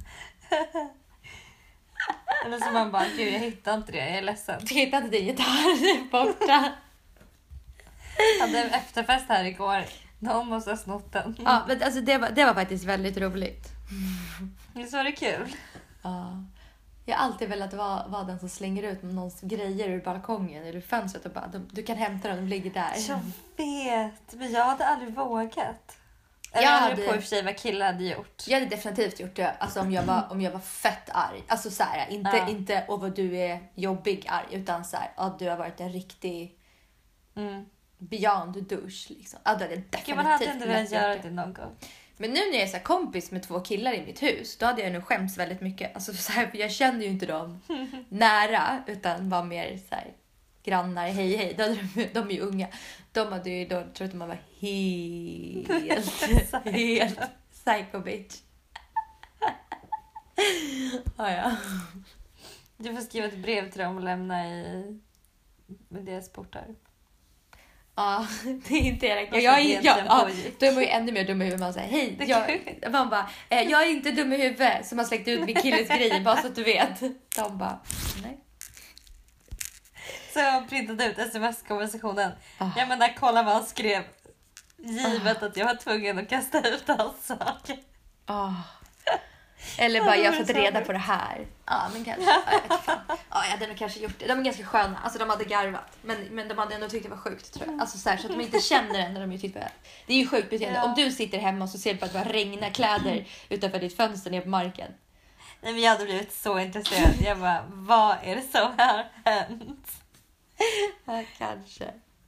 Eller så man bara, gud jag hittar inte det, jag är ledsen. Du hittar inte din gitarr borta. Jag hade en efterfest här igår. Någon måste ha snott den. Ja, men alltså det var, det var faktiskt väldigt roligt. Visst var det kul? Ja. Jag har alltid velat vara, vara den som slänger ut någons grejer ur balkongen eller ur fönstret och bara, de, du kan hämta dem, de ligger där. Jag vet, men jag hade aldrig vågat. Eller jag jag hade på i och för sig vad killar hade gjort. Jag hade definitivt gjort det, alltså om jag var, om jag var fett arg. Alltså så här, inte, ja. inte åh vad du är jobbig arg, utan så här, ja, du har varit en riktig mm. beyond douche liksom. Ja, det hade definitivt. Gud, man hade inte velat göra det någon gång. Men nu när jag är så här kompis med två killar i mitt hus, då hade jag nog skämts väldigt mycket. Alltså så här, för jag kände ju inte dem nära, utan var mer så här grannar, hej hej. De, de är ju unga. De hade ju då trott att man var helt, helt psycho bitch. Ja, ja. Du får skriva ett brev till dem och lämna i med deras portar. Ja, det är inte jag. Jag, jag, jag, ja, ja, då är man ju ännu mer dum i huvudet. Man säger, hej, jag, man bara, eh, jag är inte dum i huvudet som har släckt ut min killes grejer, bara så att du vet. De bara, nej. Så jag har printat ut sms-konversationen. Ah. Jag menar, kolla vad han skrev. Givet ah. att jag var tvungen att kasta ut hans saker. Ah. Eller bara, jag har fått reda på det här. Ja, men kanske. Ja, jag vet fan. Ja, jag hade nog kanske gjort det. De är ganska sköna. Alltså de hade garvat. Men, men de hade ändå tyckt det var sjukt, tror jag. Alltså så, här, så att de inte känner det när de ju tyckte det. Det är ju sjukt beteende. Ja. Om du sitter hemma och så ser du på att det bara regnar kläder utanför ditt fönster ner på marken. Nej, men jag hade blivit så intresserad. Jag bara, vad är det som har hänt? Ja, kanske.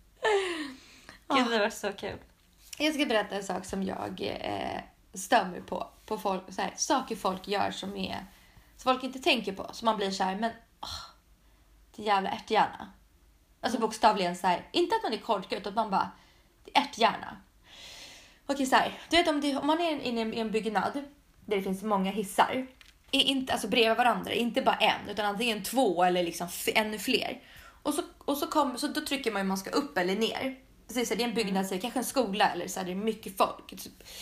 Gud, det var så kul. Jag ska berätta en sak som jag eh, stör mig på. På folk, så här, saker folk gör som är som folk inte tänker på. Så man blir så här, men åh, det är jävla ärthjärna. Alltså mm. bokstavligen så här, inte att man är korkad, utan att man bara, det är ärthjärna. Okej, så här, du vet om, det, om man är inne i en byggnad där det finns många hissar, är inte, alltså bredvid varandra, inte bara en, utan antingen två eller liksom f- ännu fler. Och så, och så, kom, så då trycker man om man ska upp eller ner. Precis, så det är en byggnad, så kanske en skola eller så här, det är mycket folk.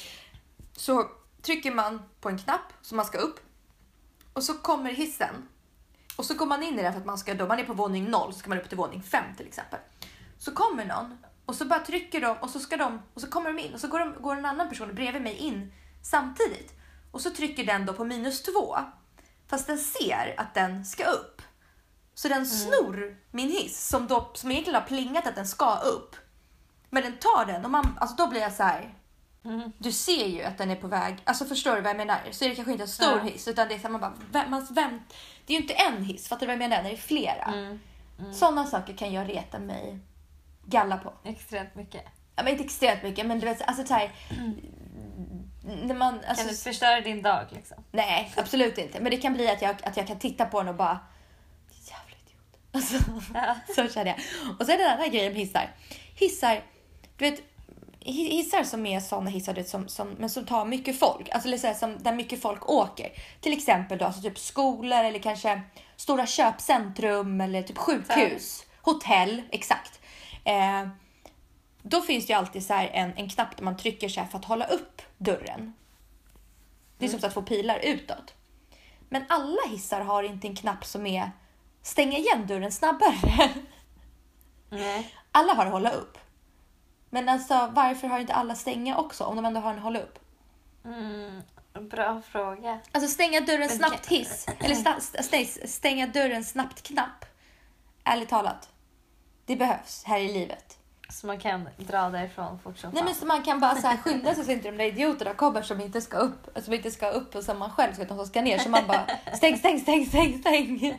Så trycker man på en knapp som man ska upp. Och så kommer hissen. Och så går man in i den för att man ska då, man är på våning noll, så ska man upp till våning fem till exempel. Så kommer någon och så bara trycker de och så ska de och så kommer de in och så går, de, går en annan person bredvid mig in samtidigt. Och så trycker den då på minus två. Fast den ser att den ska upp. Så den snor mm. min hiss som då som egentligen har plingat att den ska upp. Men den tar den och man, alltså då blir jag så här. Mm. Du ser ju att den är på väg. Alltså förstår du vad jag menar? Så är det kanske inte en stor ja. hiss, utan det är så här, man bara man vänt. Det är ju inte en hiss, fattar du vad jag menar? Det är flera. Mm. Mm. Sådana saker kan jag reta mig galla på. Extremt mycket. Ja, men inte extremt mycket, men du vet alltså så här, mm. när man alltså, kan du förstöra din dag liksom? Nej, absolut inte. Men det kan bli att jag att jag kan titta på den och bara jävla idiot. Alltså, ja. Så känner jag. Och så är det den här grejen med hissar. Hissar, du vet, hissar som är såna hissar det som, som, men som tar mycket folk. Alltså eller så här, som, där mycket folk åker. Till exempel då, alltså typ skolor eller kanske stora köpcentrum eller typ sjukhus. Hotell, exakt. Eh, då finns det ju alltid så här en, en knapp där man trycker så här för att hålla upp dörren. Det är som att få pilar utåt. Men alla hissar har inte en knapp som är stänga igen dörren snabbare. Nej. Alla har hålla upp. Men alltså varför har inte alla stänga också om de ändå har en hålla upp? Mm, bra fråga. Alltså stänga dörren Men snabbt kan- hiss. Eller sta, sta, stänga dörren snabbt knapp. Ärligt talat. Det behövs här i livet. Så man kan dra därifrån fort som Nej fan. men så man kan bara så här skynda sig så inte de där idioterna kommer som inte ska upp. Alltså som inte ska upp och som man själv ska, som ska ner. Så man bara stäng, stäng, stäng, stäng, stäng.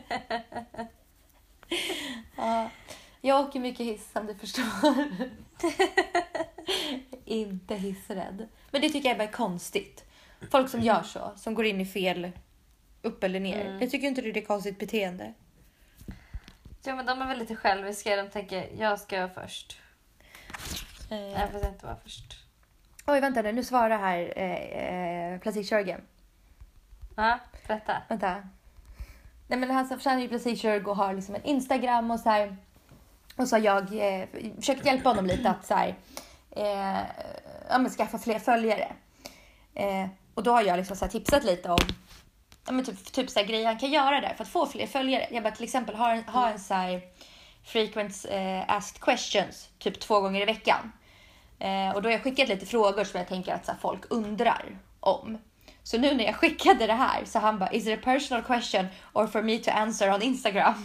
Ja. Jag åker mycket hiss som du förstår. Inte hissrädd. Men det tycker jag är bara konstigt. Folk som gör så. Som går in i fel upp eller ner. Mm. Jag tycker inte det är konstigt beteende. Ja, men de är väl lite själviska. De tänker, jag ska vara först. Eh. Jag får inte vara först. Oj, vänta nu. Nu svarar här eh, eh, plastikkirurgen. Ja, berätta. Vänta. Nej men han är ju plastikkirurg och har liksom en Instagram och så här. Och så har jag eh, försökt hjälpa honom lite att så här, eh, ja, men skaffa fler följare. Eh, och då har jag liksom så här tipsat lite om ja, men typ, typ så här grejer han kan göra där för att få fler följare. Jag bara till exempel har en, har en så här frequent eh, asked questions typ två gånger i veckan. Eh, och då har jag skickat lite frågor som jag tänker att så här, folk undrar om. Så nu när jag skickade det här så han bara, is it a personal question or for me to answer on Instagram?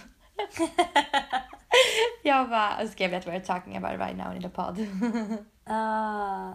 Jag bara, skrev att we're talking about right now in the pod. Ah.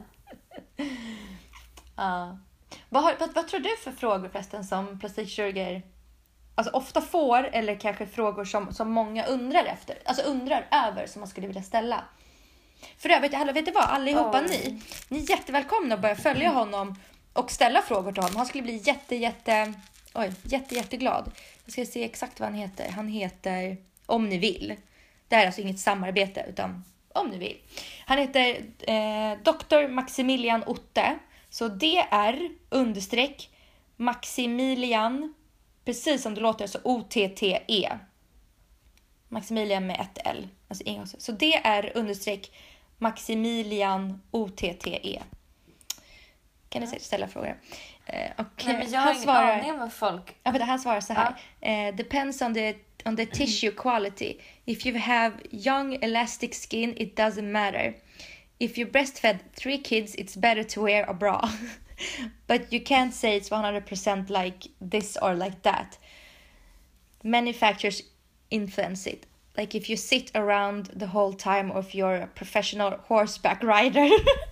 uh. vad, har, vad, vad tror du för frågor förresten som plastikkirurger alltså ofta får eller kanske frågor som, som många undrar efter? Alltså undrar över som man skulle vilja ställa. För övrigt, hallå, vet du vad? Allihopa Oj. ni, ni är jättevälkomna att börja följa honom och ställa frågor till honom. Han skulle bli jätte, jätte, oj, jätte, jätteglad. Jag ska se exakt vad han heter. Han heter Om ni vill. Det här är alltså inget samarbete utan om ni vill. Han heter eh, doktor Maximilian Otte. Så D R understreck Maximilian, precis som det låter, så O T T E. Maximilian med ett L. Alltså en gång så. Så D R understreck Maximilian O T T E. Kan ni säkert ställa frågor? Eh, och Nej, men jag har han ingen svarar, aning om vad folk... ja, vänta, han svarar så här. Eh, depends on the on the tissue quality. If you have young elastic skin, it doesn't matter. If you breastfed three kids, it's better to wear a bra. But you can't say it's one hundred percent like this or like that. Manufacturers influence it. Like if you sit around the whole time or if you're a professional horseback rider.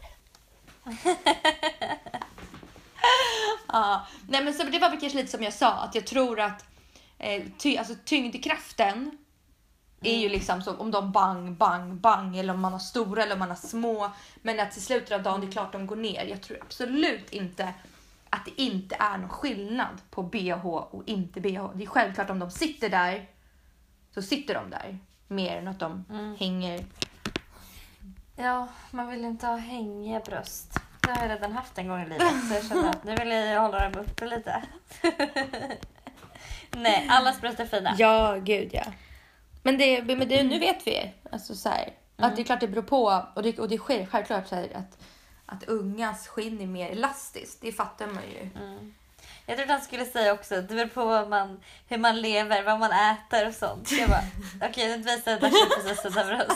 Ja, nej men så det var väl kanske lite som jag sa, att jag tror att eh, ty, alltså tyngdkraften är ju liksom så om de bang, bang, bang eller om man har stora eller om man har små, men att till slutet av dagen det är klart de går ner. Jag tror absolut inte att det inte är någon skillnad på B H och inte B H. Det är självklart om de sitter där så sitter de där mer än att de Mm. hänger. Ja, man vill inte ha hängiga bröst. Det har jag redan haft en gång i livet. Så jag känner att nu vill jag hålla dem uppe lite. Nej, allas bröst är fina. Ja, gud ja. Men, det, men det, nu vet vi alltså så här, Mm. att det är klart det beror på. Och det, och det sker självklart så här, att, att ungas skinn är mer elastiskt. Det fattar man ju. Mm. Jag trodde han skulle säga också att det beror på vad man, hur man lever, vad man äter och sånt. Jag bara, okej, okay, nu visar jag att precis sina bröst.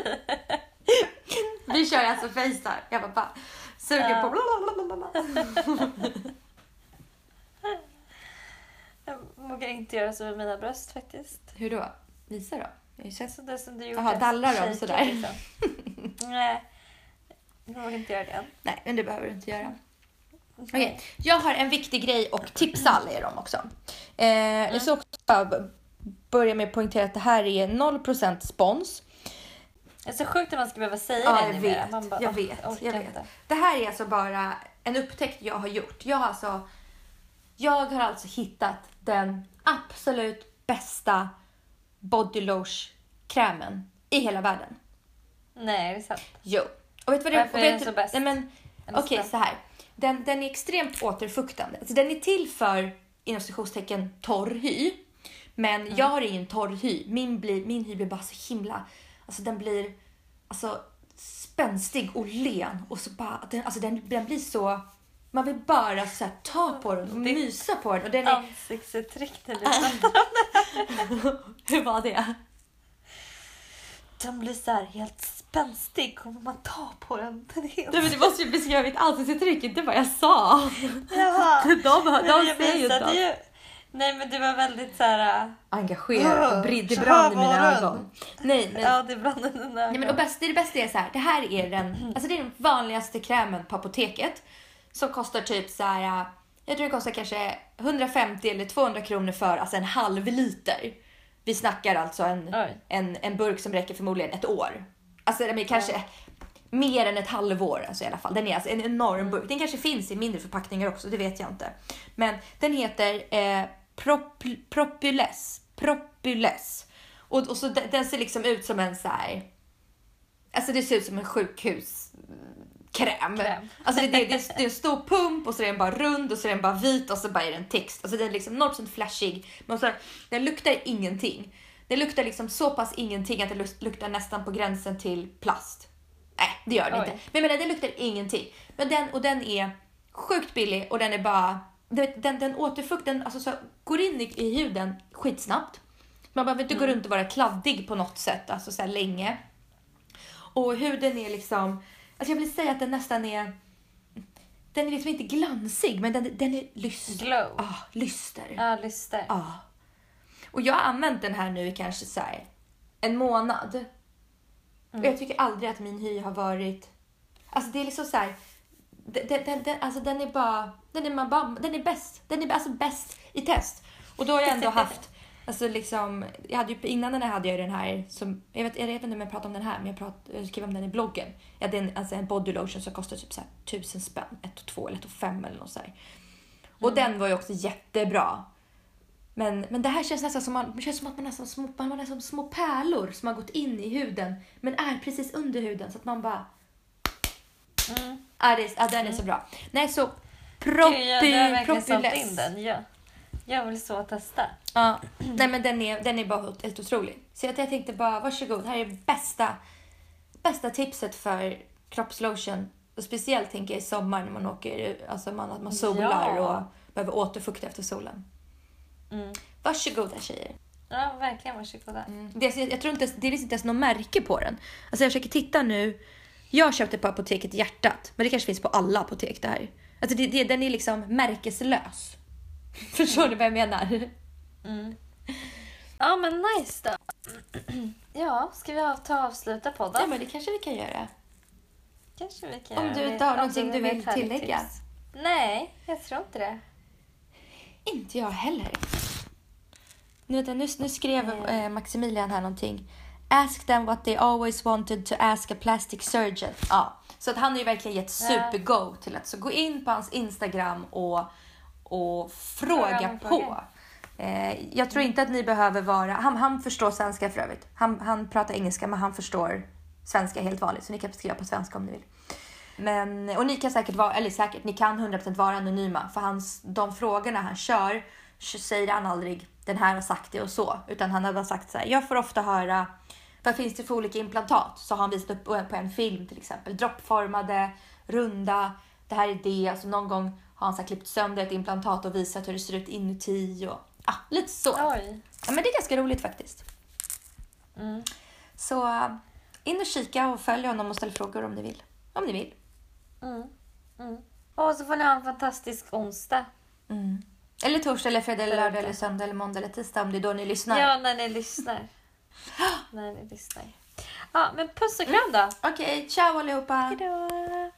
Vi kör alltså FaceTime. Jag bara, bara suger Ja. på blablabla. Jag vågar inte göra så med mina bröst faktiskt. Hur då? Visa då. Jag har ju sett. Så det som du gjorde. Jaha, dallar de shaker sådär? liksom. Nej, jag vågar inte göra det. Nej, men det behöver du inte göra. Okej, jag har en viktig grej och tipsa alla er om också. Eh, Mm. Jag ska också bara börja med att poängtera att det här är noll procent spons. Det är så sjukt att man ska behöva säga Ja, det jag numera. vet, Man bara, jag "Åh, vet, orkar jag vet. inte." Det här är alltså bara en upptäckt jag har gjort. Jag har alltså, jag har alltså hittat den absolut bästa body lotion krämen i hela världen. Nej, är det sant? Jo, Och vet du vad det, Varför och är vet den så du- bäst? Nej, men Älskar. okej, så här. Den, den är extremt återfuktande. Alltså, den är till för, inom citationstecken, torr hy. Men Mm. jag har ingen torr hy. Min, blir, min hy blir bara så himla... Alltså den blir alltså, spänstig och len. Och så bara, den, alltså, den, den blir så... Man vill bara så här, ta på den och Det- mysa på den. Och den är... Ansiktsuttryck när du pratar. Hur var det? Den blir så här helt spänstig om man tar på den. Den är helt... Nej, men du måste ju beskriva mitt ansiktsuttryck, inte vad jag sa. Jaha. De, de, Men de jag säger ju visade inte. ju... Nej men det var väldigt så här... Engagerad. Det Så brann i här var mina den. ögon. Nej, men... Ja, det brann i dina ögon. Nej, men och bäst, det bästa är så här. Det här är den, alltså det är den vanligaste krämen på apoteket. Som kostar typ så här. Jag tror det kostar kanske hundrafemtio eller tvåhundra kronor för alltså en halv liter. Vi snackar alltså en, Oj. en, en burk som räcker förmodligen ett år. Alltså den är kanske mer än ett halvår alltså i alla fall. Den är alltså en enorm burk. Den kanske finns i mindre förpackningar också, det vet jag inte. Men den heter eh, Prop, Propyles. Propyles. Och, och så den, den ser liksom ut som en så här... Alltså det ser ut som en sjukhuskräm. Kräm. Alltså det, det, det, det är en stor pump och så är den bara rund och så är den bara vit och så bara är den text. Alltså den är liksom noll procent flashig. Men så, den luktar ingenting. Den luktar liksom så pass ingenting att det luk- luktar nästan på gränsen till plast. Nej, det gör det Oj. inte. Men jag menar, det luktar ingenting. Men den, och den är sjukt billig och den är bara... Den, den, den återfukten alltså så går in i, i huden skitsnabbt. Man behöver inte gå runt och vara kladdig på något sätt, alltså så här länge. Och huden är liksom... Alltså jag vill säga att den nästan är... Den är liksom inte glansig, men den, den är lyster. Glow. Ah, lyster. Ja, lyster. Ah. Och jag har använt den här nu i kanske så här en månad. Mm. Och jag tycker aldrig att min hy har varit... Alltså det är liksom så här... Den, den, den, alltså den är bara... Den är, man bara, den är bäst. Den är alltså bäst i test. Och då har jag ändå haft... Alltså liksom... Jag hade ju, innan den här hade jag den här som... Jag vet, jag vet inte om jag pratar om den här, men jag, prat, jag skrev om den i bloggen. Jag hade en, alltså en body lotion som kostar typ så här tusen spänn. Ett och två eller ett och fem eller något så här. Och den var ju också jättebra. Men, men det här känns nästan som, man, det känns som att man har små, man har som små pärlor som har gått in i huden. Men är precis under huden. Så att man bara... Mm. Ja, det är, ja, den är så bra. Nej, så propi, Gud, jag, du har verkligen sålt propyless. in den. Ja. Jag vill så testa. Ja, nej men den är, den är bara helt otrolig. Så jag, jag tänkte bara, varsågod. Här är det bästa, bästa tipset för kroppslotion. Och speciellt tänker jag i sommar när man åker, alltså man, att man solar Ja. och behöver återfukta efter solen. Mm. Varsågoda tjejer. Ja, verkligen. Varsågoda. Mm. Det, jag, jag tror inte, det är inte ens något märke på den. Alltså jag försöker titta nu. Jag köpte på apoteket Hjärtat. Men det kanske finns på alla apotek det här. Alltså det, det, den är liksom märkeslös. Förstår du vad jag menar? Mm. Ja, men nice då. Ja, ska vi ta avsluta podden? Ja, men det kanske vi kan göra. Kanske vi kan Om göra du det. inte har Om någonting det du är vill ett härligt tillägga. tips. Nej, jag tror inte det. Inte jag heller. Nu, vänta, nu, nu skrev Mm. eh, Maximilian här någonting. Ask them what they always wanted to ask a plastic surgeon. Ja, så att han har ju verkligen gett supergo till att så gå in på hans Instagram och, och fråga Fråga, på. fråga. Eh, jag tror inte att ni behöver vara... Han, han förstår svenska för övrigt. Han, han pratar engelska men han förstår svenska helt vanligt. Så ni kan skriva på svenska om ni vill. Men, och ni kan säkert vara, eller säkert, ni kan hundra procent vara anonyma. För hans, de frågorna han kör, så säger han aldrig den här har sagt det och så. Utan han har bara sagt så här, jag får ofta höra, vad finns det för olika implantat? Så har han visat upp på en film till exempel. Droppformade, runda, det här är det. Alltså någon gång har han så här klippt sönder ett implantat och visat hur det ser ut inuti. Och, ah, lite så. Oj. Ja, men det är ganska roligt faktiskt. Mm. Så uh, in och kika och följ honom och ställ frågor om ni vill. Om ni vill. Mm. Mm. Och så får ni ha en fantastisk onsdag. Mm. Eller torsdag, eller fredag, eller Eller lördag, inte. eller söndag, eller måndag, eller tisdag om det är då ni lyssnar. Ja, när ni lyssnar. när ni lyssnar. Ja, men puss och kram då. Okej, ciao allihopa! Hejdå.